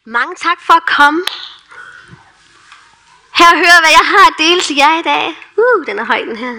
Mange tak for at komme. Her og høre, hvad jeg har at dele til jer i dag. Den er høj, den her.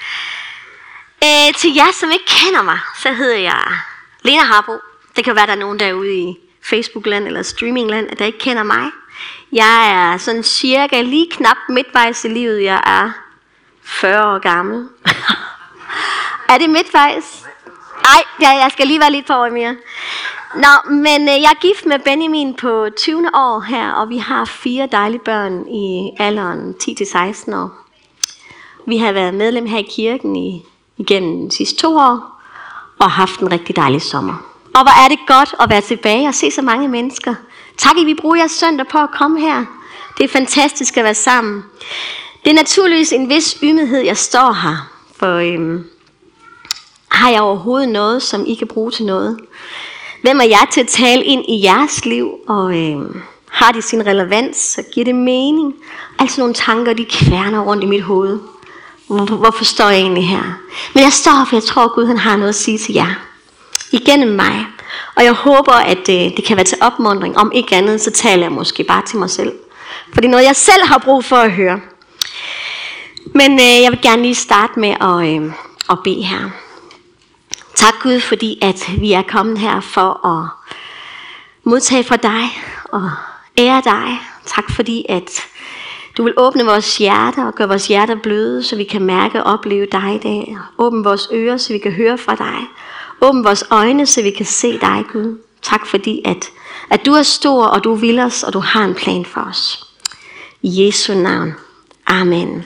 Til jer, som ikke kender mig, så hedder jeg Lena Harbo. Det kan være, der er nogen derude i Facebook-land eller streaming-land, der ikke kender mig. Jeg er sådan cirka lige knap midtvejs i livet. Jeg er 40 år gammel. Er det midtvejs? Ej, jeg skal lige være lidt på år mere. Nå, men jeg er gift med Benjamin på 20. år her, og vi har 4 dejlige børn i alderen 10-16 år. Vi har været medlem her i kirken igennem de sidste 2 år, og haft en rigtig dejlig sommer. Og hvor er det godt at være tilbage og se så mange mennesker. Tak, at vi bruger jeres søndag på at komme her. Det er fantastisk at være sammen. Det er naturligvis en vis ydmyghed, jeg står her, for har jeg overhovedet noget, som I kan bruge til noget? Hvem er jeg til at tale ind i jeres liv, og har de sin relevans, så giver det mening? Altså nogle tanker, de kværner rundt i mit hoved. Hvorfor står jeg egentlig her? Men jeg står, for jeg tror, at Gud han har noget at sige til jer. Igennem mig. Og jeg håber, at det kan være til opmuntring. Om ikke andet, så taler jeg måske bare til mig selv. For det er noget, jeg selv har brug for at høre. Men jeg vil gerne lige starte med at bede her. Tak Gud, fordi at vi er kommet her for at modtage fra dig og ære dig. Tak fordi at du vil åbne vores hjerter og gøre vores hjerter bløde, så vi kan mærke og opleve dig i dag. Åbne vores ører, så vi kan høre fra dig. Åbne vores øjne, så vi kan se dig, Gud. Tak fordi at du er stor, og du vil os, og du har en plan for os. I Jesu navn. Amen.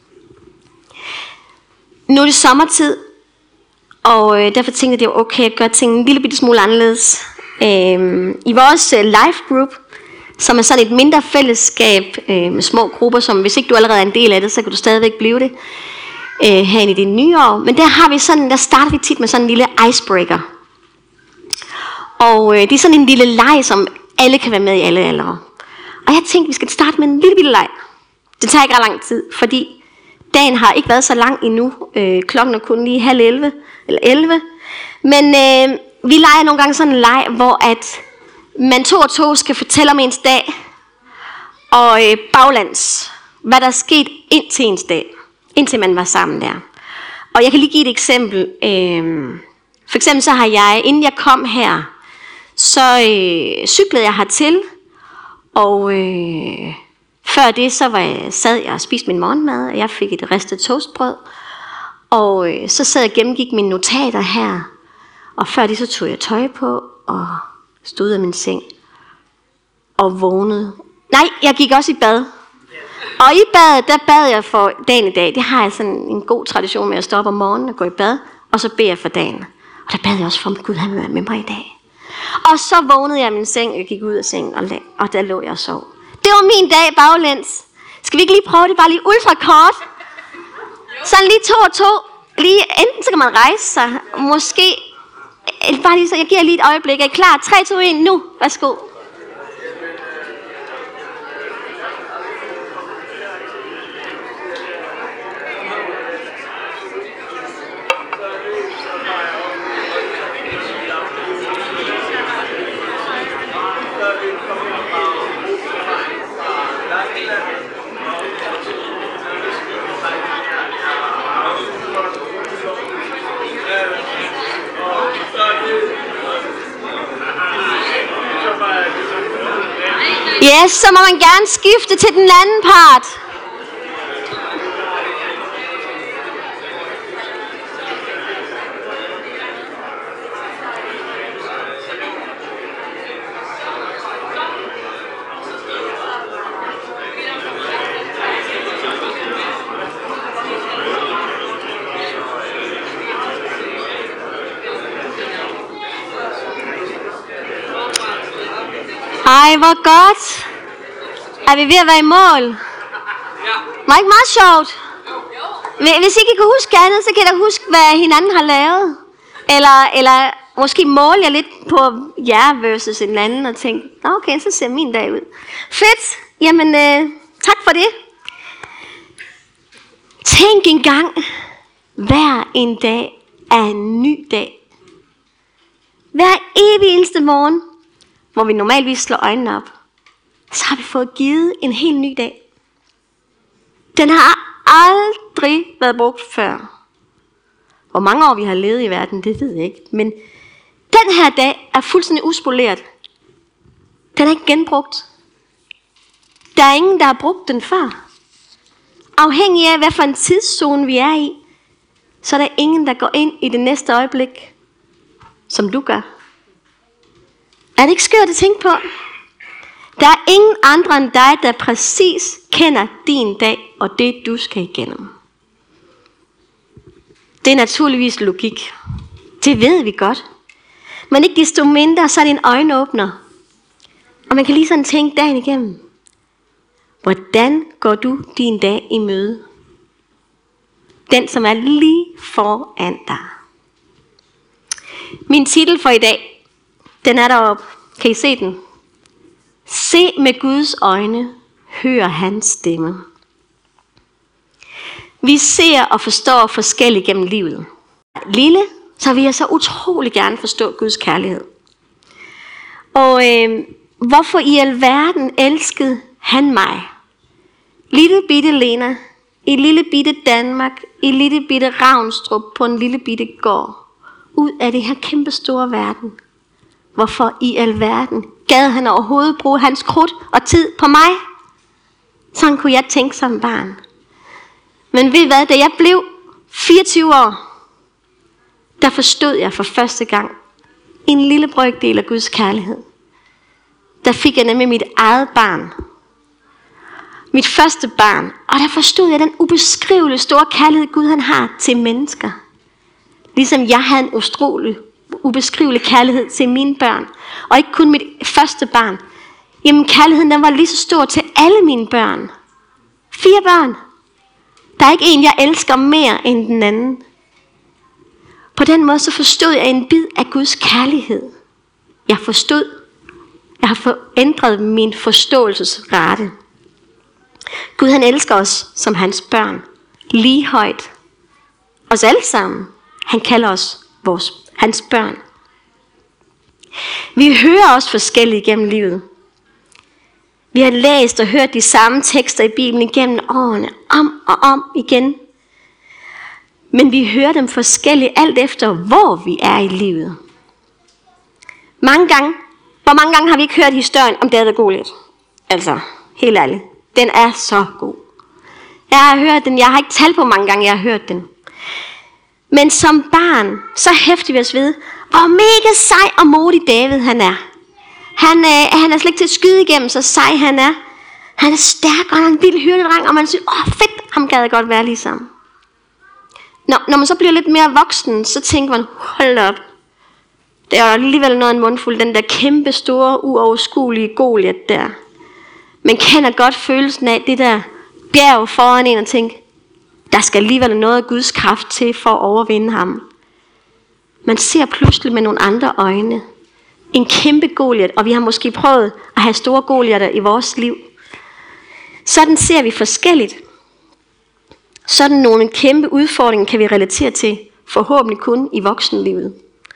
Nu er det sommertid. Og derfor tænkte jeg, det var okay at gøre tingene en lille bitte smule anderledes. I vores life group, som er sådan et mindre fællesskab med små grupper, som hvis ikke du allerede er en del af det, så kan du stadigvæk blive det herinde i det nye år. Men der starter vi tit med sådan en lille icebreaker. Og det er sådan en lille leg, som alle kan være med i alle aldre. Og jeg tænkte, vi skal starte med en lille bitte leg. Det tager ikke ret lang tid, fordi dagen har ikke været så lang endnu. Klokken er kun lige 10:30 eller 11. Men vi leger nogle gange sådan en leg, hvor at man 2 og 2 skal fortælle om ens dag. Og baglands, hvad der er sket indtil ens dag. Indtil man var sammen der. Og jeg kan lige give et eksempel. For eksempel så har jeg, inden jeg kom her, så cyklede jeg hertil. Og før det, så sad jeg og spiste min morgenmad, og jeg fik et ristet toastbrød. Og så sad jeg og gennemgik mine notater her. Og før det, så tog jeg tøj på og stod ud af min seng. Og vågnede. Nej, jeg gik også i bad. Og i badet, der bad jeg for dagen i dag. Det har jeg sådan en god tradition med at stå op om morgenen og gå i bad. Og så beder jeg for dagen. Og der bad jeg også for, at Gud han vil være med mig i dag. Og så vågnede jeg i min seng, og jeg gik ud af sengen, og der lå jeg og sov. Det var min dag baglæns. Skal vi ikke lige prøve det bare lige ultra kort? Sådan lige 2 og 2. Lige, enten så kan man rejse sig. Måske. Bare lige så, jeg giver lige et øjeblik. Er I klar? 3, 2, 1, nu. Værsgo. Yes, så må man gerne skifte til den anden part. Ej, hvor godt. Er vi ved at være i mål? Var ikke meget sjovt? Hvis I ikke kan huske andet, så kan I da huske, hvad hinanden har lavet. Eller måske måle jer lidt på jer versus en anden og tænke, okay, så ser min dag ud. Fedt. Jamen, tak for det. Tænk engang, hver en dag er en ny dag. Hver evig eneste morgen, hvor vi normalvis slår øjnene op, så har vi fået givet en helt ny dag. Den har aldrig været brugt før. Hvor mange år vi har levet i verden, det ved jeg ikke. Men den her dag er fuldstændig uspoleret. Den er ikke genbrugt. Der er ingen, der har brugt den før. Afhængig af, hvad for en tidszone vi er i, så er der ingen, der går ind i det næste øjeblik, som du gør. Er det ikke skørt at tænke på? Der er ingen andre end dig, der præcis kender din dag og det, du skal igennem. Det er naturligvis logik. Det ved vi godt. Men ikke desto mindre, så er det en øjenåbner. Og man kan lige sådan tænke dagen igennem. Hvordan går du din dag i møde? Den, som er lige foran dig. Min titel for i dag, den er deroppe. Kan I se den? Se med Guds øjne, hør hans stemme. Vi ser og forstår forskelligt gennem livet. Lille, så vil jeg så utrolig gerne forstå Guds kærlighed. Og hvorfor i alverden elskede han mig? Lille bitte Lena, i lille bitte Danmark, i lille bitte Ravnstrup på en lille bitte gård. Ud af det her kæmpe store verden. Hvorfor i alverden gad han overhovedet bruge hans krudt og tid på mig? Sådan kunne jeg tænke som barn. Men ved I hvad, da jeg blev 24 år, der forstod jeg for første gang en lille brøkdel af Guds kærlighed. Der fik jeg nemlig mit eget barn. Mit første barn. Og der forstod jeg den ubeskrivelige store kærlighed, Gud han har til mennesker. Ligesom jeg havde en ubeskrivelig kærlighed til mine børn. Og ikke kun mit første barn. Jamen kærligheden den var lige så stor til alle mine børn. 4 børn. Der er ikke en, jeg elsker mere end den anden. På den måde så forstod jeg en bid af Guds kærlighed. Jeg har forændret min forståelsesrate. Gud han elsker os som hans børn. Lige højt. Os alle sammen. Han kalder os hans børn. Vi hører også forskelligt gennem livet. Vi har læst og hørt de samme tekster i Bibelen igennem årene, om og om igen. Men vi hører dem forskelligt alt efter, hvor vi er i livet. Hvor mange gange har vi ikke hørt historien om David og Goliat? Altså, helt ærligt. Den er så god. Jeg har hørt den. Jeg har ikke talt på, hvor mange gange jeg har hørt den. Men som barn, så hæfter vi os ved, hvor mega sej og modig David han er. Han er slet ikke til at skyde igennem, så sej han er. Han er stærk, og han er en vild hyrdedreng, og man siger, fedt, ham gad jeg godt være ligesom. Når man så bliver lidt mere voksen, så tænker man, hold op. Det er alligevel noget en mundfuld, den der kæmpe store, uoverskuelige Goliat der. Man kender godt følelsen af det der bjerg foran en og tænker, der skal alligevel noget af Guds kraft til for at overvinde ham. Man ser pludselig med nogle andre øjne. En kæmpe Goliat, og vi har måske prøvet at have store Goliater i vores liv. Sådan ser vi forskelligt. Sådan nogle kæmpe udfordringer kan vi relatere til, forhåbentlig kun i voksenlivet.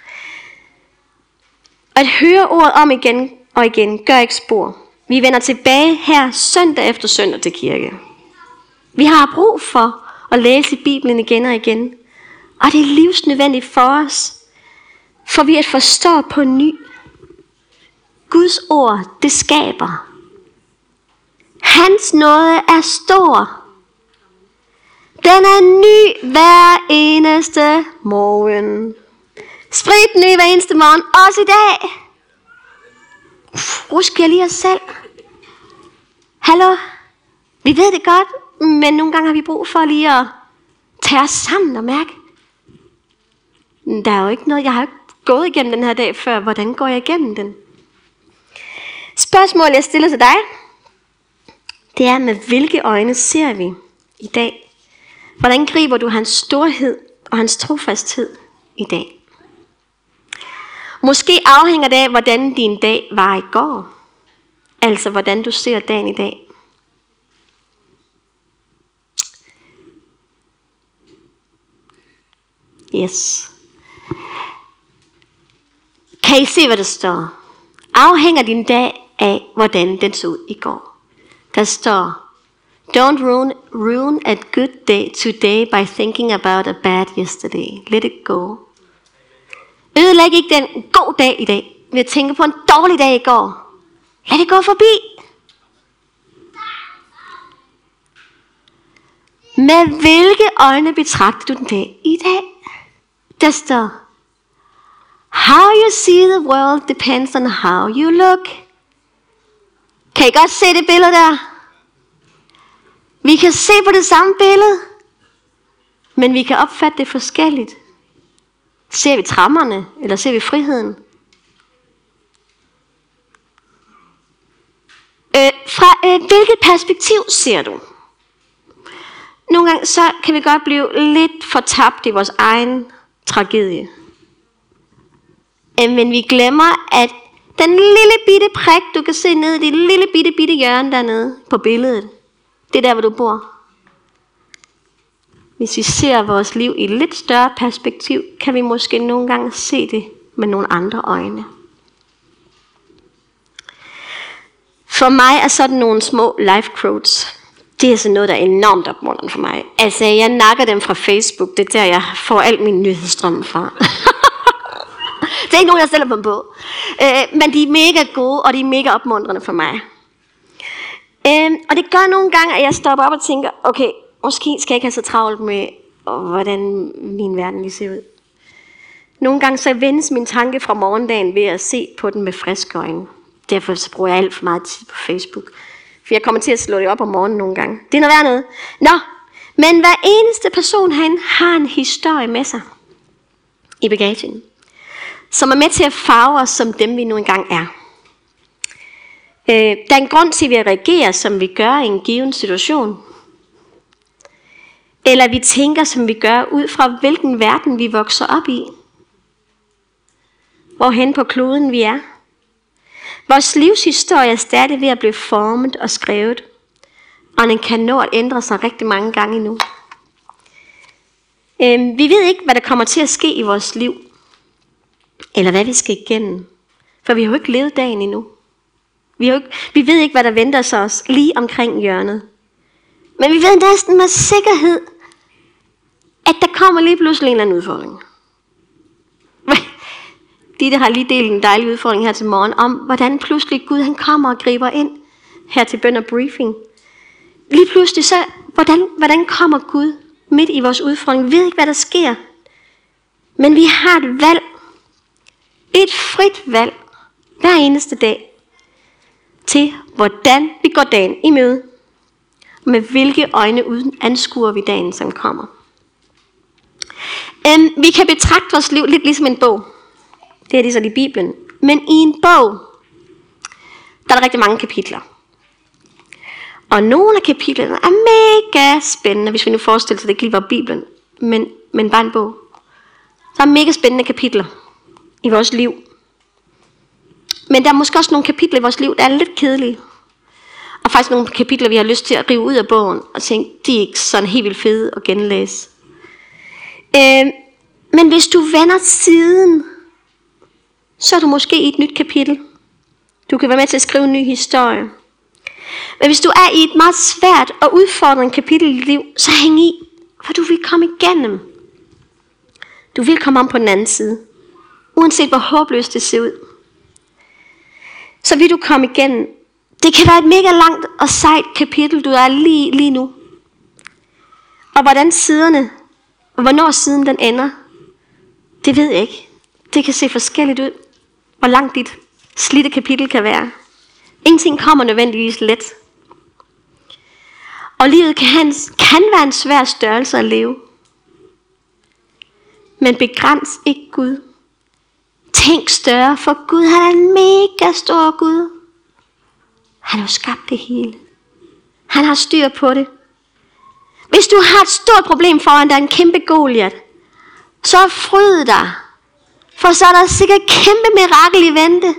At høre ordet om igen og igen gør ikke spor. Vi vender tilbage her søndag efter søndag til kirke. Vi har brug for at læse Bibelen igen og igen. Og det er livsnødvendigt for os. For vi at forstå på ny. Guds ord, det skaber. Hans nåde er stor. Den er ny hver eneste morgen. Sprit ny hver eneste morgen, også i dag. Rusk jeg lige os selv. Hallo? Vi ved det godt, men nogle gange har vi brug for lige at tage os sammen og mærke. Der er jo ikke noget, jeg har ikke gået igennem den her dag før. Hvordan går jeg igennem den? Spørgsmålet jeg stiller til dig, det er, med hvilke øjne ser vi i dag? Hvordan griber du hans storhed og hans trofasthed i dag? Måske afhænger det af, hvordan din dag var i går. Altså, hvordan du ser dagen i dag. Yes. Kan I se, hvad der står? Afhænger din dag af, hvordan den så ud i går. Der står, don't ruin a good day today by thinking about a bad yesterday. Let it go. Ødelæg ikke den god dag i dag ved at tænke på en dårlig dag i går. Lad det gå forbi. Med hvilke øjne betragter du den dag i dag? Der står, how you see the world depends on how you look. Kan I godt se det billede der? Vi kan se på det samme billede, men vi kan opfatte det forskelligt. Ser vi trammerne, eller ser vi friheden? Fra hvilket perspektiv ser du? Nogle gange så kan vi godt blive lidt fortabt i vores egen tragedie. Men vi glemmer, at den lille bitte prik, du kan se ned i det lille bitte hjørne dernede på billedet, det er der, hvor du bor. Hvis vi ser vores liv i et lidt større perspektiv, kan vi måske nogle gange se det med nogle andre øjne. For mig er sådan nogle små life quotes, det er sådan noget, der er enormt opmuntrende for mig. Altså, jeg nakker dem fra Facebook, det er der, jeg får al min nyhedsstrøm fra. Det er ikke nogen, jeg stiller dem på. Men de er mega gode, og de er mega opmuntrende for mig. Og det gør nogle gange, at jeg stopper op og tænker, okay, måske skal jeg ikke have så travlt med, hvordan min verden lige ser ud. Nogle gange så vendes min tanke fra morgendagen ved at se på den med friske øjne. Derfor så bruger jeg alt for meget tid på Facebook. For jeg kommer til at slå det op om morgenen nogle gange. Det er noget værd noget. Nå, men hver eneste person herinde har en historie med sig i bagagen, som er med til at farve os som dem, vi nu engang er. Der er en grund til, at vi reagerer, som vi gør i en given situation. Eller vi tænker, som vi gør, ud fra hvilken verden vi vokser op i. Hvorhen på kloden vi er. Vores livshistorie er stadig ved at blive formet og skrevet. Og den kan nå at ændre sig rigtig mange gange endnu. Vi ved ikke, hvad der kommer til at ske i vores liv. Eller hvad vi skal igennem. For vi har jo ikke levet dagen endnu. Vi ved ikke, hvad der venter sig os lige omkring hjørnet. Men vi ved næsten med sikkerhed, at der kommer lige pludselig en eller anden udfordring. Ditte har lige delt en dejlig udfordring her til morgen om, hvordan pludselig Gud han kommer og griber ind her til bøn og briefing. Lige pludselig så, hvordan kommer Gud midt i vores udfordring? Vi ved ikke, hvad der sker. Men vi har et valg. Et frit valg hver eneste dag til, hvordan vi går dagen i møde. Med hvilke øjne anskuer vi dagen, som kommer. Vi kan betragte vores liv lidt ligesom en bog. Det er det så i Bibelen. Men i en bog, der er der rigtig mange kapitler. Og nogle af kapitlerne er mega spændende, hvis vi nu forestiller os, at det ikke lige var Bibelen, men bare en bog. Der er mega spændende kapitler i vores liv. Men der er måske også nogle kapitler i vores liv, der er lidt kedelige. Og faktisk nogle kapitler, vi har lyst til at rive ud af bogen og tænke, de er ikke sådan helt vildt fede at genlæse. Men hvis du vender siden, så er du måske i et nyt kapitel. Du kan være med til at skrive en ny historie. Men hvis du er i et meget svært og udfordrende kapitel i dit liv, så hæng i, for du vil komme igennem. Du vil komme om på den anden side. Uanset hvor håbløst det ser ud, så vil du komme igennem. Det kan være et mega langt og sejt kapitel, du er lige nu. Og hvordan siderne, og hvornår siden den ender, det ved jeg ikke. Det kan se forskelligt ud, hvor langt dit slidte kapitel kan være. Ingenting kommer nødvendigvis let. Og livet kan være en svær størrelse at leve. Men begræns ikke Gud. Tænk større, for Gud han er en mega stor Gud. Han har jo skabt det hele. Han har styr på det. Hvis du har et stort problem foran dig, en kæmpe Goliat, så fryd dig. For så er der sikkert et kæmpe mirakel i vente.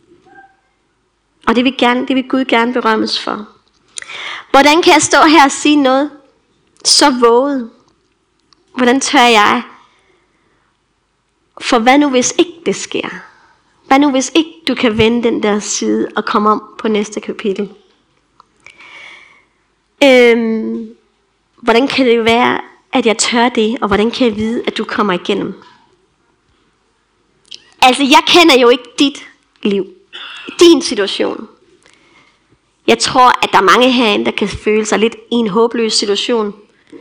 Og det vil Gud gerne berømmes for. Hvordan kan jeg stå her og sige noget så våget? Hvordan tør jeg? For hvad nu hvis ikke det sker? Hvad nu hvis ikke du kan vende den der side og komme om på næste kapitel? Hvordan kan det være, at jeg tør det, og hvordan kan jeg vide, at du kommer igennem? Altså, jeg kender jo ikke dit liv, din situation. Jeg tror, at der er mange herinde, der kan føle sig lidt i en håbløs situation.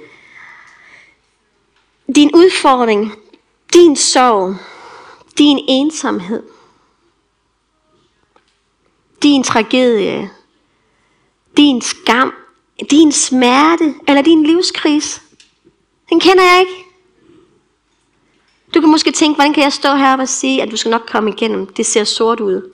Din udfordring, din sorg, din ensomhed, din tragedie, din skam, din smerte eller din livskrise, den kender jeg ikke. Du kan måske tænke, hvordan kan jeg stå her og sige, at du skal nok komme igennem? Det ser sort ud.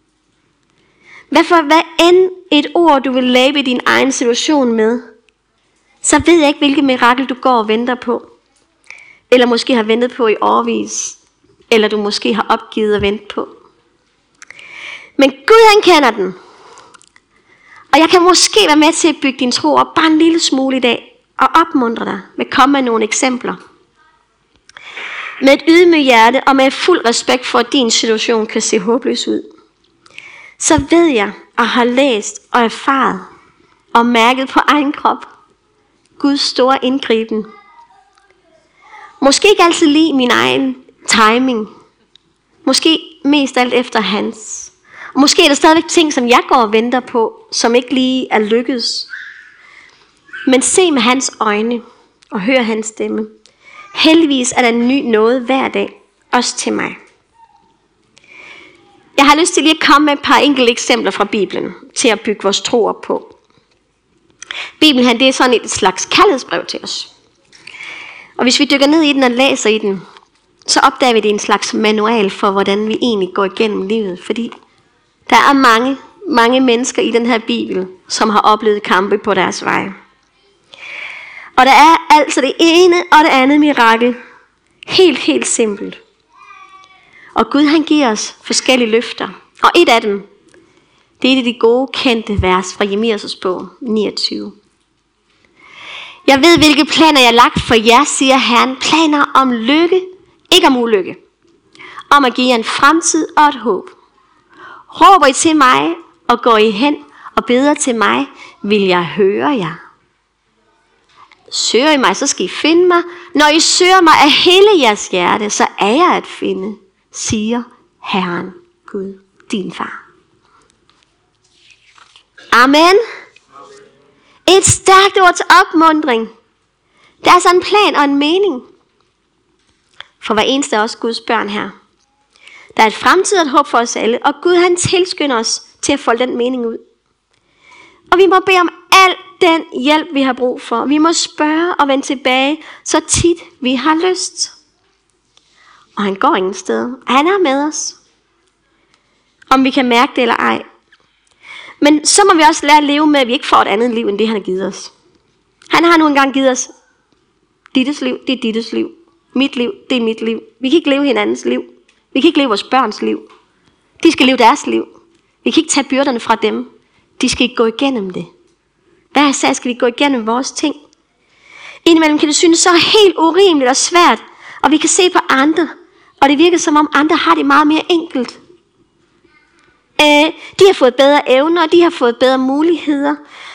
Hvad end et ord, du vil labe din egen situation med, så ved jeg ikke, hvilket mirakel du går og venter på. Eller måske har ventet på i årevis. Eller du måske har opgivet at vente på. Men Gud, han kender den. Og jeg kan måske være med til at bygge din tro op bare en lille smule i dag. Og opmuntre dig med at komme med nogle eksempler. Med et ydmygt hjerte og med fuld respekt for, at din situation kan se håbløs ud. Så ved jeg og har læst og erfaret og mærket på egen krop Guds store indgriben. Måske ikke altid lige min egen timing. Måske mest alt efter hans. Og måske er der stadigvæk ting, som jeg går og venter på, som ikke lige er lykkedes. Men se med hans øjne og hør hans stemme. Heldigvis er der en ny noget hver dag, også til mig. Jeg har lyst til lige at komme med et par enkelte eksempler fra Bibelen, til at bygge vores tro op på. Bibelen det er sådan et slags kærlighedsbrev til os. Og hvis vi dykker ned i den og læser i den, så opdager vi, det er en slags manual for, hvordan vi egentlig går igennem livet. Fordi der er mange mennesker i den her Bibel, som har oplevet kampe på deres vej. Og der er altså det ene og det andet mirakel. Helt simpelt. Og Gud, han giver os forskellige løfter. Og et af dem, det er de gode kendte vers fra Jeremias' bog 29. Jeg ved, hvilke planer jeg har lagt for jer, siger Herren. Planer om lykke, ikke om ulykke. Om at give jer en fremtid og et håb. Råber I til mig, og går I hen og beder til mig, vil jeg høre jer. Søger I mig, så skal I finde mig. Når I søger mig af hele jeres hjerte, så er jeg at finde, siger Herren Gud, din far. Amen. Et stærkt ord til opmuntring. Der er sådan en plan og en mening for hver eneste af os Guds børn her. Der er et fremtid og et håb for os alle, og Gud, han tilskynder os til at folde den mening ud. Og vi må bede om al den hjælp, vi har brug for. Vi må spørge og vende tilbage, så tit vi har lyst. Og han går ingen sted. Han er med os. Om vi kan mærke det eller ej. Men så må vi også lære at leve med, at vi ikke får et andet liv, end det han har givet os. Han har nu engang givet os dittes liv, det er dittes liv. Mit liv, det er mit liv. Vi kan ikke leve hinandens liv. Vi kan ikke leve vores børns liv. De skal leve deres liv. Vi kan ikke tage byrderne fra dem. De skal ikke gå igennem det. Hver især skal vi gå igennem vores ting. Indimellem kan det synes så helt urimeligt og svært. Og vi kan se på andre. Og det virker som om andre har det meget mere enkelt. De har fået bedre evner. De har fået bedre muligheder.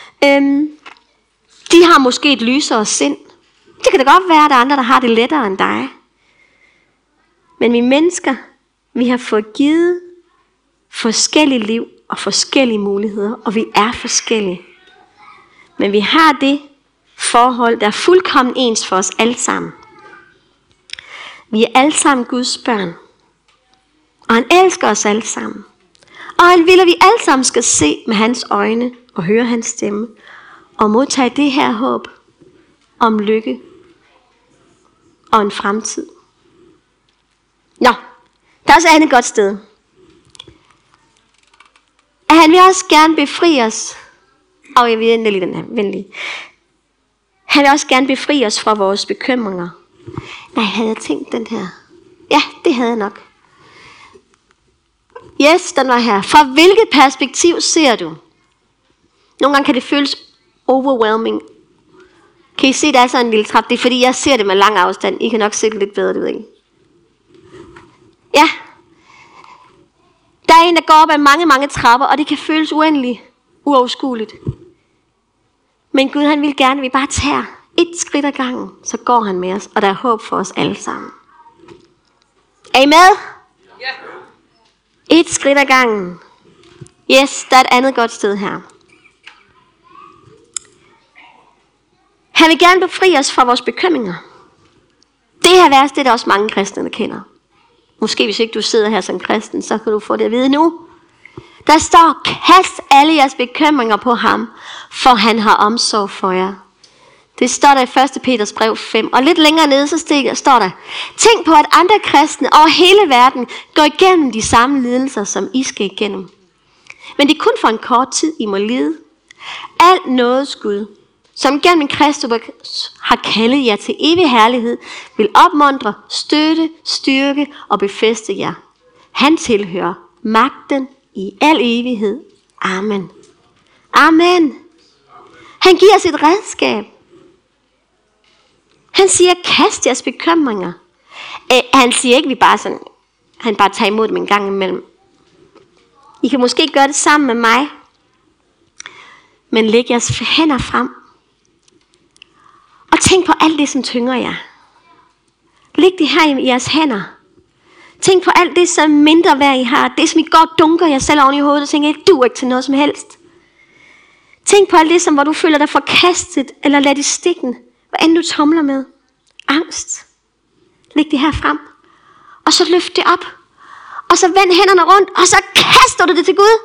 De har måske et lysere sind. Det kan da godt være, at der er andre, der har det lettere end dig. Men vi mennesker, vi har fået givet forskellige liv og forskellige muligheder, og vi er forskellige. Men vi har det forhold, der er fuldkommen ens for os alle sammen. Vi er alle sammen Guds børn, og han elsker os alle sammen. Og han vil, at vi alle sammen skal se med hans øjne og høre hans stemme, og modtage det her håb om lykke og en fremtid. Nå, der er også et andet godt sted. At han vil også gerne befri os. Og jeg ved lige den her, venlig. Han vil også gerne befri os fra vores bekymringer. Nej, havde jeg tænkt den her? Ja, det havde jeg nok. Yes, den var her. Fra hvilket perspektiv ser du? Nogle gange kan det føles overwhelming. Kan I se, der er sådan en lille trap? Det er fordi, jeg ser det med lang afstand. I kan nok se det lidt bedre, det ved jeg ikke. Ja. Der er en, der går op ad mange, mange trapper, og det kan føles uendeligt uoverskueligt. Men Gud, han vil gerne, at vi bare tager et skridt ad gangen, så går han med os, og der er håb for os alle sammen. Er I med? Ja. Et skridt ad gangen. Yes, der er et andet godt sted her. Han vil gerne befri os fra vores bekymringer. Det her vers, det er der også mange kristne, der kender. Måske hvis ikke du sidder her som kristen, så kan du få det at vide nu. Der står, kast alle jeres bekymringer på ham, for han har omsorg for jer. Det står der i 1. Peters brev 5. Og lidt længere nede, så står der, tænk på, at andre kristne over hele verden går igennem de samme lidelser, som I skal igennem. Men det er kun for en kort tid, I må lide. Alt nådes Gud, som gennem Kristus har kaldet jer til evig herlighed, vil opmuntre, støtte, styrke og befæste jer. Han tilhører magten i al evighed. Amen. Amen. Han giver os et redskab. Han siger, kast jeres bekymringer. Han siger ikke, vi bare sådan, han bare tager imod dem en gang imellem. I kan måske gøre det sammen med mig. Men læg jeres hænder frem. Og tænk på alt det, som tynger jer. Læg det her i jeres hænder. Tænk på alt det, som mindre værd I har. Det, som I går og dunker jer selv oven i hovedet og tænker, ikke du ikke til noget som helst. Tænk på alt det, som hvor du føler dig forkastet eller ladt i stikken. Hvad end du tumler med. Angst. Læg det her frem. Og så løft det op. Og så vend hænderne rundt. Og så kaster du det til Gud.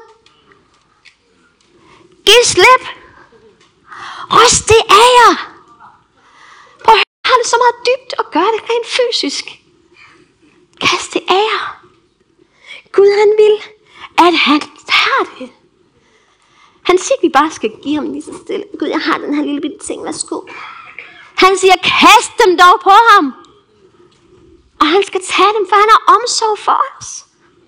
Giv slip. Ryst det af jer. Prøv at høre, har det så meget dybt og gør det rent fysisk. Kast det af jer. Gud han vil, at han tager det. Han siger, at vi bare skal give ham lige så stille. Gud, jeg har den her lille bitte ting, værsgo. Han siger, kast dem dog på ham. Og han skal tage dem, for han har omsorg for os.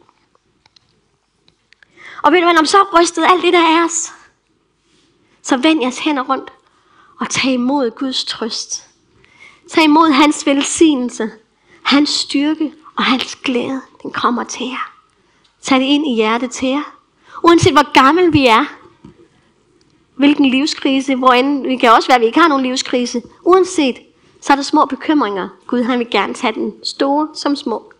Og ved du hvad, når man så har rystet alt det der er os, så vend jeres hænder rundt og tag imod Guds trøst. Tag imod hans velsignelse, hans styrke og hans glæde, den kommer til jer. Tag det ind i hjertet til jer. Uanset hvor gammel vi er, hvilken livskrise, hvorend vi kan også være, at vi ikke har nogen livskrise. Uanset, så er der små bekymringer. Gud han vil gerne tage den store som små.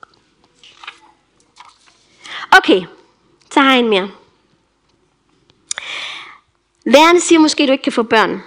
Okay, så har jeg en mere. Lærerne siger måske, at du ikke kan få børn.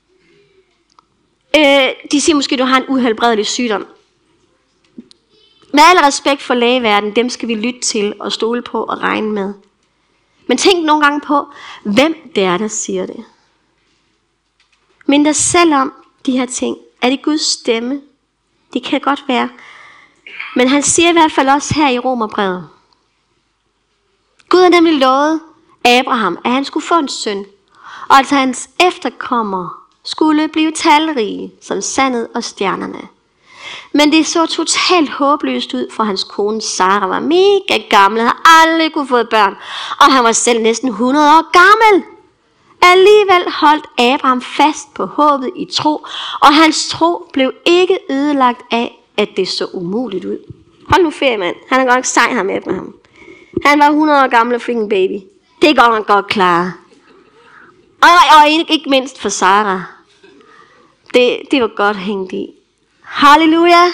De siger måske, at du har en uhelbredelig sygdom. Med al respekt for lægeverdenen, dem skal vi lytte til og stole på og regne med. Men tænk nogle gange på, hvem det er, der siger det. Men der selvom de her ting, er det Guds stemme? Det kan godt være. Men han siger i hvert fald også her i Romerbrevet. Gud har nemlig lovet Abraham, at han skulle få en søn. Og altså hans efterkommere skulle blive talrige som sandet og stjernerne. Men det så totalt håbløst ud, for hans kone Sara var mega gammel, havde aldrig kunne få børn, og han var selv næsten 100 år gammel. Alligevel holdt Abraham fast på håbet i tro, og hans tro blev ikke ødelagt af, at det så umuligt ud. Hold nu ferie, mand. Han er godt nok sej ham Abraham. Han var 100 år gammel og fik en baby. Det går han godt klare. Og ikke mindst for Sara. Det var godt hængt i. Halleluja.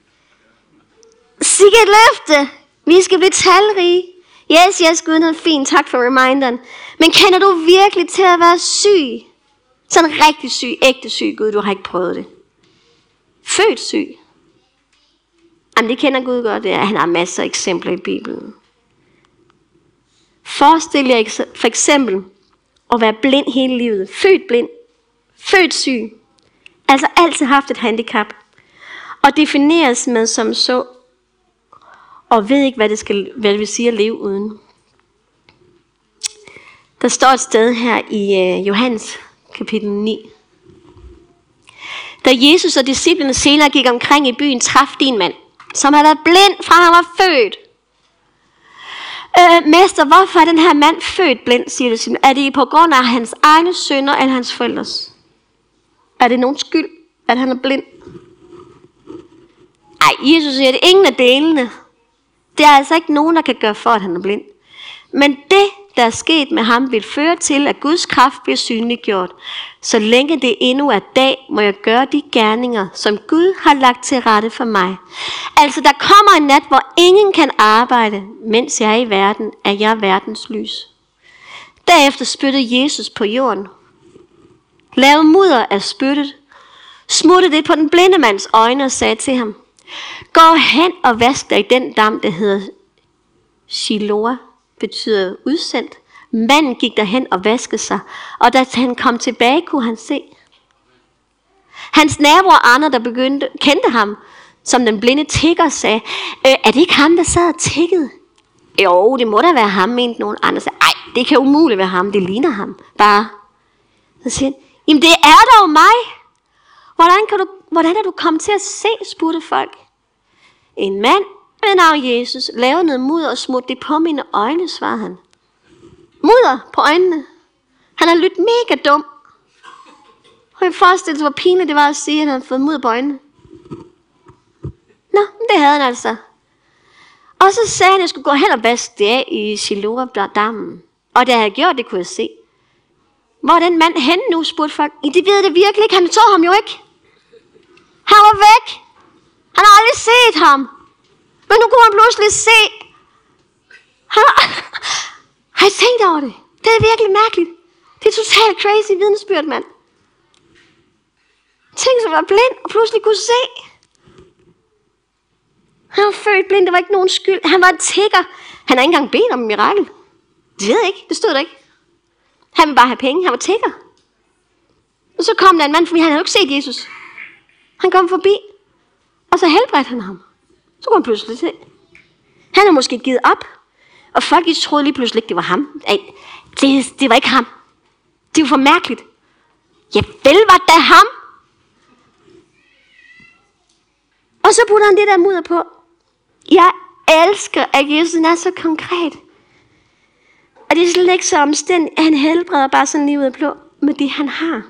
Sikke et løfte. Vi skal blive talrige. Yes, Gud er fint. Tak for reminderen. Men kender du virkelig til at være syg? Sådan rigtig syg, ægte syg, Gud. Du har ikke prøvet det. Født syg. Jamen det kender Gud godt. Ja, han har masser af eksempler i Bibelen. Forestil jer for eksempel at være blind hele livet. Født blind. Født syg. Altså altid haft et handicap. Og defineres med som så. Og ved ikke, hvad det vil sige at leve uden. Der står et sted her i Johannes kapitel 9. Da Jesus og disciplene senere gik omkring i byen, traf de en mand, som havde været blind fra han var født. Mester, hvorfor er den her mand født blind, siger det. Er det på grund af hans egne synder eller hans forældres? Er det nogen skyld, at han er blind? Nej, Jesus siger, det er ingen af delene. Det er altså ikke nogen, der kan gøre for, at han er blind. Men det, der er sket med ham, vil føre til, at Guds kraft bliver synliggjort. Så længe det endnu er dag, må jeg gøre de gerninger, som Gud har lagt til rette for mig. Altså, der kommer en nat, hvor ingen kan arbejde, mens jeg er i verden, er jeg verdens lys. Derefter spyttede Jesus på jorden. Lavede mudder af spyttet, smuttede det på den blinde mands øjne og sagde til ham, gå hen og vask dig i den dam, der hedder Siloa, betyder udsendt. Manden gik derhen og vaskede sig, og da han kom tilbage, kunne han se. Hans naboer andre, der kendte ham, som den blinde tigger, sagde, er det ikke ham, der sad og tiggede? Jo, det må da være ham, mente nogen andre. Sagde, ej, det kan umuligt være ham, det ligner ham. Bare. Så siger han, jamen det er dog mig. Hvordan er du kommet til at se, spurgte folk. En mand med navn Jesus lavede noget mudder og smurte det på mine øjne, svarede han. Mudder på øjnene. Han har lyttet mega dum. Og jeg forestillede sig, hvor pinligt det var at sige, at han havde fået mudder på øjnene. Nå, det havde han altså. Og så sagde han, at jeg skulle gå hen og vaske det af i Siloa-dammen. Og da jeg havde gjort det, kunne jeg se. Hvor er den mand henne nu, spurgte folk. Det ved det virkelig ikke. Han så ham jo ikke. Han var væk. Han har aldrig set ham. Men nu kunne han pludselig se. Har I tænkt over det? Det er virkelig mærkeligt. Det er totalt crazy vidnesbyrd, mand. Tænk sig at være blind og pludselig kunne se. Han var født blind, det var ikke nogen skyld. Han var en tigger. Han har ikke engang bedt om en mirakel. Det ved jeg ikke, det stod der ikke. Han ville bare have penge, han var tigger. Og så kom der en mand forbi, han havde jo ikke set Jesus. Han kom forbi, og så helbredte han ham. Så kunne han pludselig se. Han havde måske givet op, og folk troede lige pludselig ikke, det var ham. Ej, det var ikke ham. Det var for mærkeligt. Ja, vel var det ham. Og så putter han det der mudder på. Jeg elsker, at Jesus er så konkret. Og det er slet ikke så omstændigt, at han helbreder bare sådan lige ud af blå med det, han har.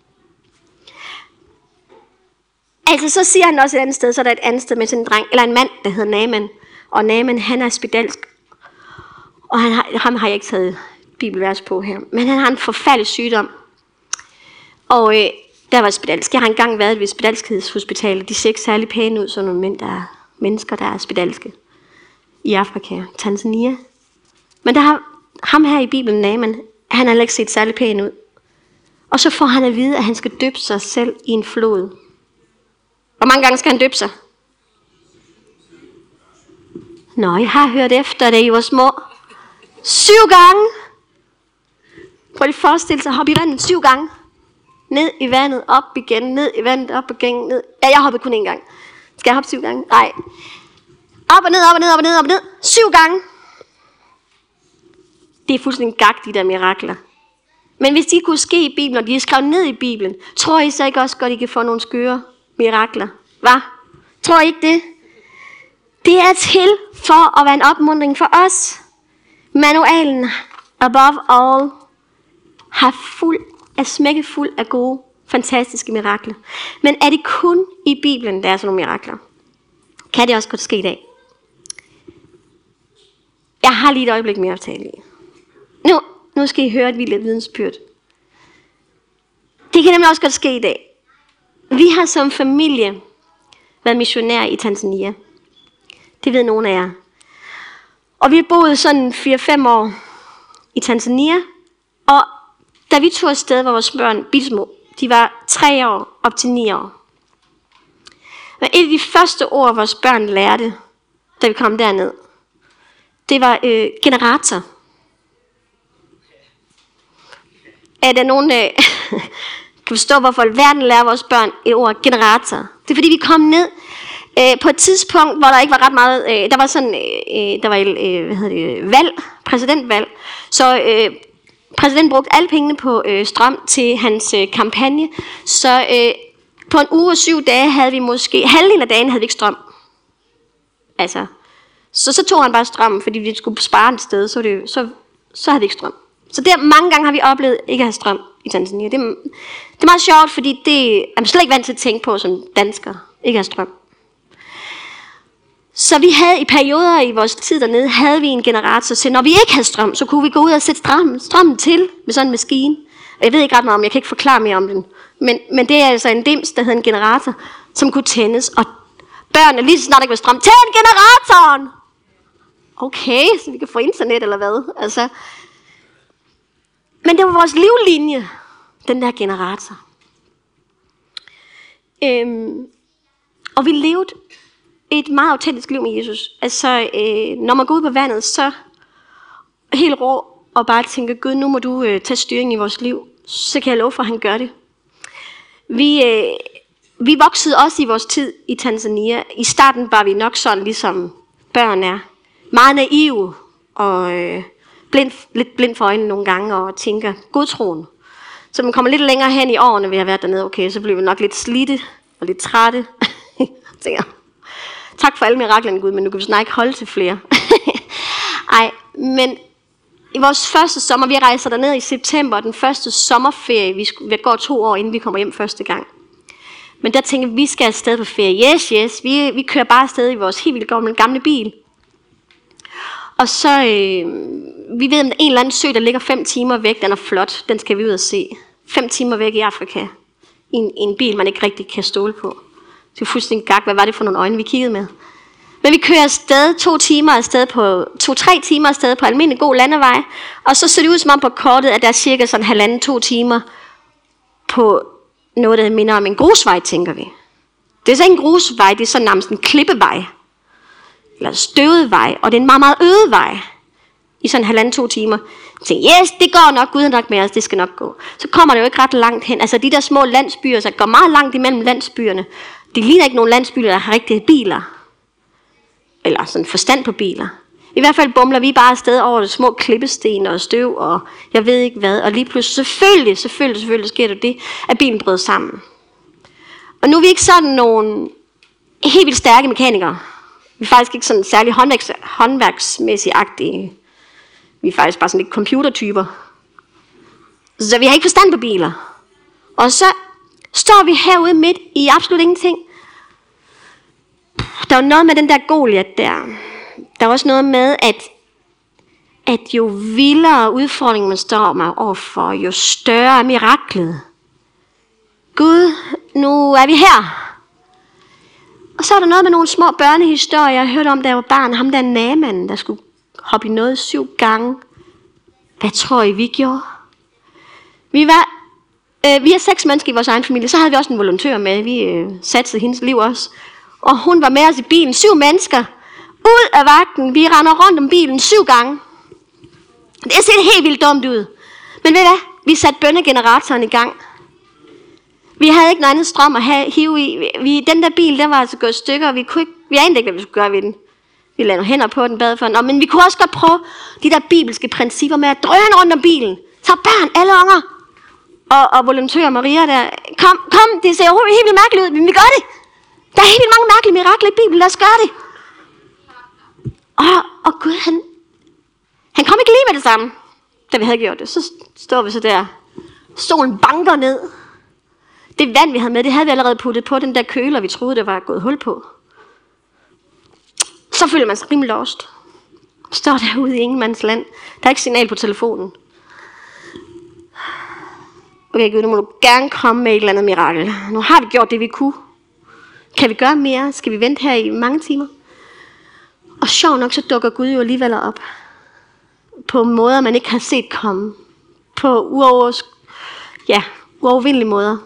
Altså, så siger han også et andet sted, så er der et andet sted med sådan en dreng, eller en mand, der hedder Naaman. Og Naaman, han er spedalsk. Og ham har jeg ikke taget bibelvers på her. Men han har en forfærdelig sygdom. Og der var spedalsk. Jeg har engang været ved spedalskhedshospitalet. De ser ikke særlig pæne ud, sådan nogle mennesker, der er spedalske. I Afrika, Tanzania. Men der har ham her i Bibelen, Naaman, han har ikke set særlig pæn ud. Og så får han at vide, at han skal døbe sig selv i en flod. Hvor mange gange skal han døbe sig? Nå, jeg har hørt efter, da I var små. 7 gange. Prøv lige at forestille sig at hoppe i vandet 7 gange. Ned i vandet, op igen, ned i vandet, op igen, ned. Ja, jeg hoppede kun 1 gang. Skal jeg hoppe 7 gange? Nej. Op og ned, op og ned, op og ned, op og ned. 7 gange. Det er fuldstændig gak, de der mirakler. Men hvis de kunne ske i Bibelen, og de er skrevet ned i Bibelen, tror I så ikke også godt, I kan få nogle skøre mirakler? Hva? Tror I ikke det? Det er til for at være en opmuntring for os. Manualen, above all, er smækket fuld af gode, fantastiske mirakler. Men er det kun i Bibelen, der er sådan nogle mirakler? Kan det også godt ske i dag? Jeg har lige et øjeblik mere at tale i. Nu skal I høre et vildt vidensbyrd. Det kan nemlig også godt ske i dag. Vi har som familie været missionærer i Tanzania. Det ved nogle af jer. Og vi har boet sådan 4-5 år i Tanzania. Og da vi tog afsted, var vores børn bittesmå. De var 3 år op til 9 år. Men et af de første ord, vores børn lærte, da vi kom derned, det var generator. Er der nogen, kan forstå, hvorfor verden lærer vores børn et ord generator? Det er fordi, vi kom ned på et tidspunkt, hvor der ikke var ret meget, der var sådan, der var valg, præsidentvalg. Så præsidenten brugte alle pengene på strøm til hans kampagne. Så på en uge og 7 dage havde vi måske, halvdelen af dagen havde vi ikke strøm. Altså, så tog han bare strømmen, fordi vi skulle spare et sted, så havde vi ikke strøm. Så der mange gange har vi oplevet ikke at have strøm i Tanzania. Det er meget sjovt, fordi det er man slet ikke vant til at tænke på som dansker. Ikke at have strøm. Så vi havde i perioder i vores tid dernede, havde vi en generator, så når vi ikke havde strøm, så kunne vi gå ud og sætte strømmen til med sådan en maskine. Jeg ved ikke ret meget om, jeg kan ikke forklare mere om den. Men det er altså en dims, der hedder en generator, som kunne tændes. Og børnene lige så snart ikke var strøm, tænd generatoren! Okay, så vi kan få internet eller hvad? Altså. Men det var vores livlinje, den der generator. Og vi levede et meget autentisk liv med Jesus. Altså, når man går ud på vandet, så helt rå og bare tænker, Gud, nu må du tage styring i vores liv. Så kan jeg love for, at han gør det. Vi voksede også i vores tid i Tanzania. I starten var vi nok sådan, ligesom børn er. Meget naive og lidt blind for øjnene nogle gange og tænker, godtroen. Så man kommer lidt længere hen i årene, vi har været dernede, okay, så bliver vi nok lidt slidte og lidt trætte. Tænker, tak for alle miraklerne, Gud, men nu kan vi snart ikke holde til flere. Ej, men i vores første sommer, vi rejser derned i september, den første sommerferie, vi går 2 år, inden vi kommer hjem første gang. Men der tænker vi skal afsted på ferie. Yes, vi kører bare afsted i vores helt vildt gamle bil. Og så, vi ved om en eller anden sø, der ligger 5 timer væk, den er flot, den skal vi ud og se. 5 timer væk i Afrika, i en bil, man ikke rigtig kan stole på. Det var fuldstændig gak, hvad var det for nogle øjne, vi kiggede med. Men vi kører afsted 2 timer afsted på, 2-3 timer afsted på almindelig god landevej, og så ser det ud som om på kortet, at der er cirka sådan 1,5-2 timer på noget, der minder om en grusvej, tænker vi. Det er så en grusvej, det er så nærmest en klippevej, eller støvet vej, og det er en meget, meget øde vej, i sådan 1,5-2 timer. Jeg tænker, yes, det går nok, Gud er nok med os, det skal nok gå. Så kommer det jo ikke ret langt hen, altså de der små landsbyer, så går meget langt imellem landsbyerne. Det ligner ikke nogen landsbyer, der har rigtige biler, eller sådan forstand på biler. I hvert fald bumler vi bare afsted over de små klippesten og støv, og jeg ved ikke hvad, og lige pludselig, selvfølgelig sker det det, at bilen bryder sammen. Og nu er vi ikke sådan nogle helt vildt stærke mekanikere. Vi er faktisk ikke sådan særlig håndværksmæssigt-agtige. Vi er faktisk bare sådan lidt computertyper. Så vi har ikke forstand på biler. Og så står vi herude midt i absolut ingenting. Der er jo noget med den der Goliat der. Der er også noget med, at jo vildere udfordring man står med overfor, jo større er miraklet. Gud, nu er vi her. Og så er der noget med nogle små børnehistorier, jeg hørte om, da jeg var barn. Ham der Naaman, der skulle hoppe i noget 7 gange. Hvad tror I, vi gjorde? Vi er 6 mennesker i vores egen familie. Så havde vi også en volontør med. Vi satsede hendes liv også. Og hun var med os i bilen. 7 mennesker. Ud af vagten. Vi render rundt om bilen 7 gange. Det ser helt vildt dumt ud. Men ved I hvad? Vi satte bønnegeneratoren i gang. Vi havde ikke noget andet strøm at hive i. Den der bil, den var altså gået i stykker, og vi anede ikke, hvad vi skulle gøre ved den. Vi lagde nogle hænder på den, bad for den. Men vi kunne også godt prøve de der bibelske principper med at drøne rundt om bilen. Så børn, alle unger. Og volontør Maria der. Kom, det ser helt vildt mærkeligt ud, men vi gør det. Der er helt vildt mange mærkelige mirakler i Bibelen, lad os gøre det. Og Gud, han kom ikke lige med det samme, da vi havde gjort det. Så står vi så der. Solen banker ned. Det vand, vi havde med, det havde vi allerede puttet på den der køler, vi troede, der var gået hul på. Så føler man sig rimelig lost. Står derude i ingenmandsland. Der er ikke signal på telefonen. Okay, Gud, nu må du gerne komme med et eller andet mirakel. Nu har vi gjort det, vi kunne. Kan vi gøre mere? Skal vi vente her i mange timer? Og sjov nok, så dukker Gud jo alligevel op. På måder, man ikke har set komme. På uovervindelige måder.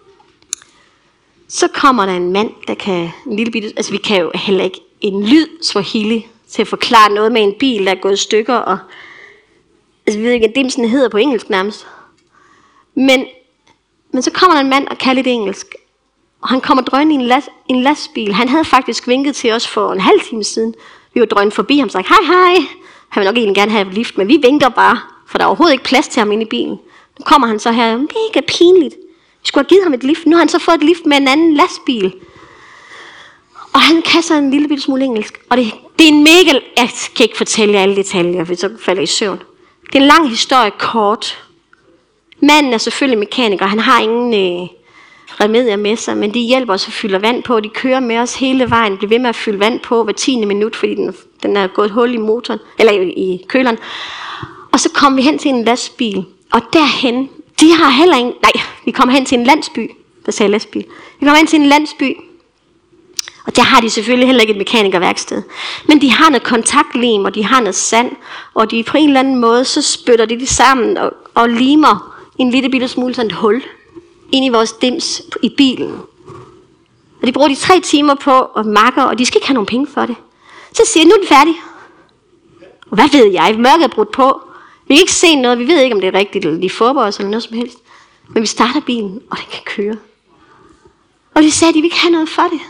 Så kommer der en mand, der kan en lille bitte, altså vi kan jo heller ikke en lyd swahili til at forklare noget med en bil, der er gået i stykker, og altså vi ved ikke, at dimsen hedder på engelsk nærmest. Men så kommer der en mand og kan lidt engelsk, og han kommer drønende i en lastbil. Han havde faktisk vinket til os for en halv time siden. Vi var drønende forbi ham og sagde, hej. Han vil nok egentlig gerne have et lift, men vi vinker bare, for der er overhovedet ikke plads til ham inde i bilen. Nu kommer han så her, mega pinligt. Vi skulle have givet ham et lift. Nu har han så fået et lift med en anden lastbil. Og han kan så en lille bitte smule engelsk. Og det er en mega... Jeg kan ikke fortælle jer alle detaljer, for så falder I i søvn. Det er en lang historie kort. Manden er selvfølgelig mekaniker. Han har ingen remedier med sig, men de hjælper os at fylde vand på. De kører med os hele vejen, bliver ved med at fylde vand på hver 10. minut, fordi den er gået et hul i motoren, eller i køleren. Og så kom vi hen til en lastbil, og derhen, de har heller ingen, vi kom hen til en landsby, der sagde lastbil. Vi kom hen til en landsby, og der har de selvfølgelig heller ikke et mekanikerværksted. Men de har noget kontaktlim, og de har noget sand, og de på en eller anden måde, så spytter de sammen og limer en lille bitte smule sådan et hul ind i vores dims i bilen. Og de bruger de 3 timer på at makke, og de skal ikke have nogen penge for det. Så siger de, nu er den færdig. Og hvad ved jeg? Mørket er brudt på. Vi kan ikke se noget, vi ved ikke, om det er rigtigt, eller de forbereder os, eller noget som helst. Men vi starter bilen, og den kan køre. Og de sagde, at de vil ikke have noget for det.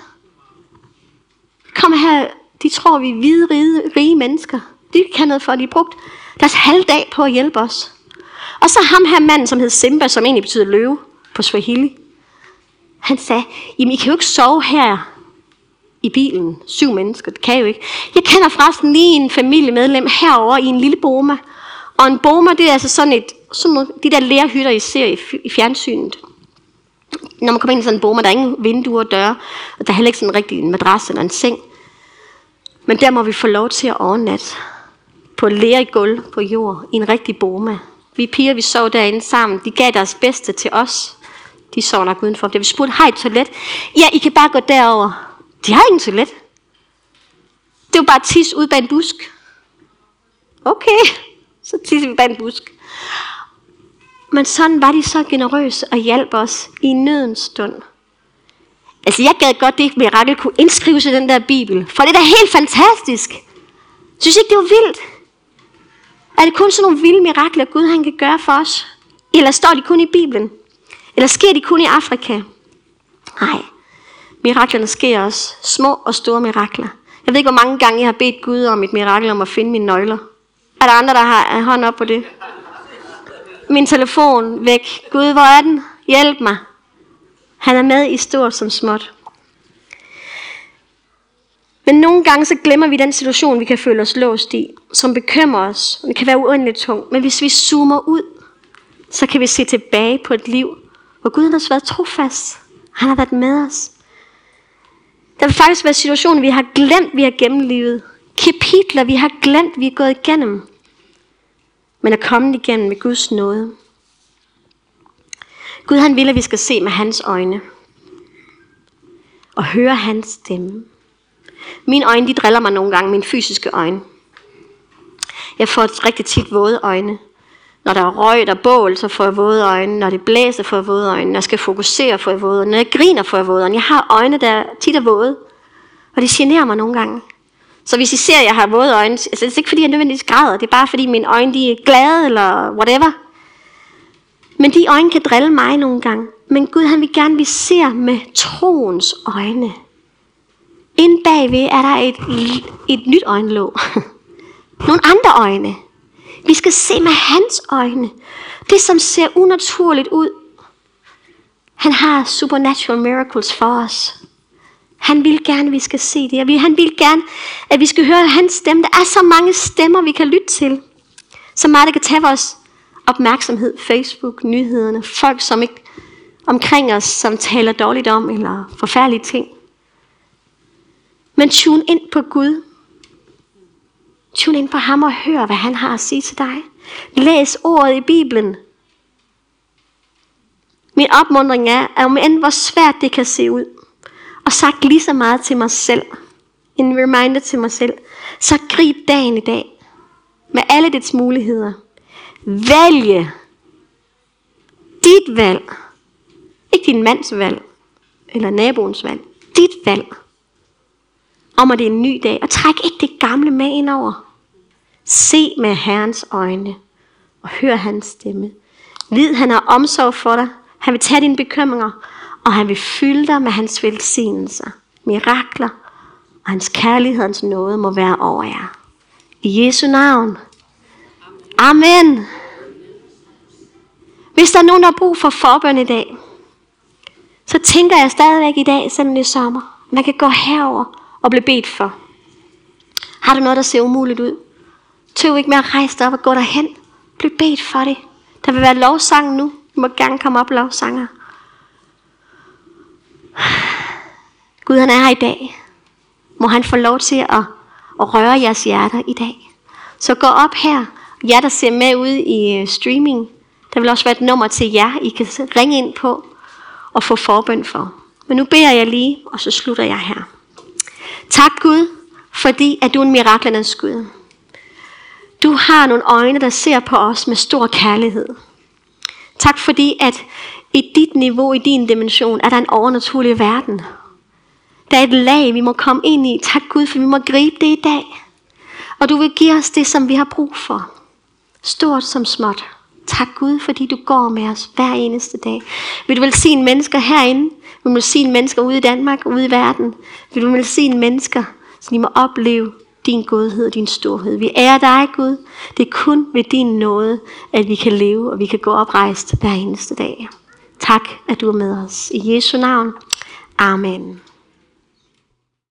Kom her, de tror, vi er hvide, rige mennesker. De vil ikke have noget for det. De har brugt deres halve dag på at hjælpe os. Og så ham her manden, som hed Simba, som egentlig betyder løve på Swahili. Han sagde, jamen I kan jo ikke sove her i bilen. 7 mennesker, det kan jeg jo ikke. Jeg kender forresten lige en familiemedlem herover i en lille boma. Og en boma, det er altså sådan de der lerhytter, I ser i fjernsynet. Når man kommer ind i sådan en boma, der er ingen vinduer og døre, og der er heller ikke sådan en rigtig madras eller en seng. Men der må vi få lov til at overnatte på et lerigt gulv på jord i en rigtig boma. Vi piger, vi sov derinde sammen. De gav deres bedste til os. De sov nok udenfor. Det vi spurgte, har I et toilet? Ja, I kan bare gå derover. De har ingen toilet. Det var bare tis ud bag en busk. Okay, så tisser vi bag en busk. Men sådan var de så generøse og hjalp os i en nødens stund. Altså jeg gad godt, det mirakel kunne indskrives i den der bibel. For det er da helt fantastisk. Synes I ikke, det var vildt? Er det kun sådan nogle vilde mirakler, Gud han kan gøre for os? Eller står de kun i Bibelen? Eller sker de kun i Afrika? Nej, miraklerne sker også. Små og store mirakler. Jeg ved ikke, hvor mange gange jeg har bedt Gud om et mirakel om at finde mine nøgler. Er der andre, der har en hånd op på det? Min telefon væk. Gud, hvor er den? Hjælp mig. Han er med i stort som småt. Men nogle gange så glemmer vi den situation, vi kan føle os låst i, som bekymrer os. Det kan være uendeligt tungt. Men hvis vi zoomer ud, så kan vi se tilbage på et liv, hvor Gud har været trofast. Han har været med os. Der vil faktisk være situationer, vi har glemt, vi har gennemlevet. Kapitler, vi har glemt, vi er gået igennem. Men er kommet igennem med Guds nåde. Gud han vil, at vi skal se med hans øjne. Og høre hans stemme. Mine øjne, de driller mig nogle gange, mine fysiske øjne. Jeg får rigtig tit våde øjne. Når der er røg og bål, så får jeg våde øjne. Når det blæser, får jeg våde øjne. Når jeg skal fokusere, får jeg våde øjne. Når jeg griner, får jeg våde øjne. Jeg har øjne, der tit er våde. Og det generer mig nogle gange. Så hvis I ser, at jeg har våde øjne, så det er ikke fordi, jeg nødvendigvis græder. Det er bare fordi, mine øjne de er glade eller whatever. Men de øjne kan drille mig nogle gange. Men Gud, han vil gerne, vi ser med troens øjne. Inde bagved er der et nyt øjenlåg. Nogle andre øjne. Vi skal se med hans øjne. Det, som ser unaturligt ud. Han har supernatural miracles for os. Han vil gerne, at vi skal se det. Han vil gerne, at vi skal høre hans stemme. Der er så mange stemmer, vi kan lytte til. Så meget, der kan tage vores opmærksomhed. Facebook, nyhederne, folk som ikke omkring os, som taler dårligt om, eller forfærdelige ting. Men tune ind på Gud. Tune ind på ham og hør, hvad han har at sige til dig. Læs ordet i Bibelen. Min opmuntring er, at om end hvor svært det kan se ud, og sagt lige så meget til mig selv, en reminder til mig selv, så grib dagen i dag, med alle dets muligheder. Vælge dit valg, ikke din mands valg, eller naboens valg, dit valg, om at det er en ny dag, og træk ikke det gamle med ind over. Se med Herrens øjne, og hør hans stemme. Vid, han har omsorg for dig, han vil tage dine bekymringer, og han vil fylde dig med hans velsignelser, mirakler, og hans kærlighed, hans nåde må være over jer. I Jesu navn. Amen. Hvis der er nogen, der har brug for forbøn i dag, så tænker jeg stadigvæk i dag, selvom det er sommer, man kan gå herover og blive bedt for. Har du noget, der ser umuligt ud? Tøv ikke med at rejse dig op og gå derhen. Bliv bedt for det. Der vil være lovsang nu. Du må gerne komme op, lovsanger. Gud, han er her i dag. Må han få lov til at røre jeres hjerter i dag. Så gå op her. Jer, der ser med ude i streaming, der vil også være et nummer til jer, I kan ringe ind på og få forbøn for. Men nu beder jeg lige, og så slutter jeg her. Tak Gud, fordi at du er en miraklernes Gud. Du har nogle øjne, der ser på os med stor kærlighed. Tak fordi, at i dit niveau, i din dimension, er der en overnaturlig verden. Der er et lag, vi må komme ind i. Tak Gud, for vi må gribe det i dag. Og du vil give os det, som vi har brug for. Stort som småt. Tak Gud, fordi du går med os hver eneste dag. Vil du velsigne mennesker herinde? Vil du velsigne mennesker ude i Danmark, ude i verden? Vil du velsigne mennesker, så de må opleve din godhed og din storhed? Vi ærer dig, Gud. Det er kun ved din nåde, at vi kan leve, og vi kan gå oprejst hver eneste dag. Tak, at du er med os. I Jesu navn. Amen.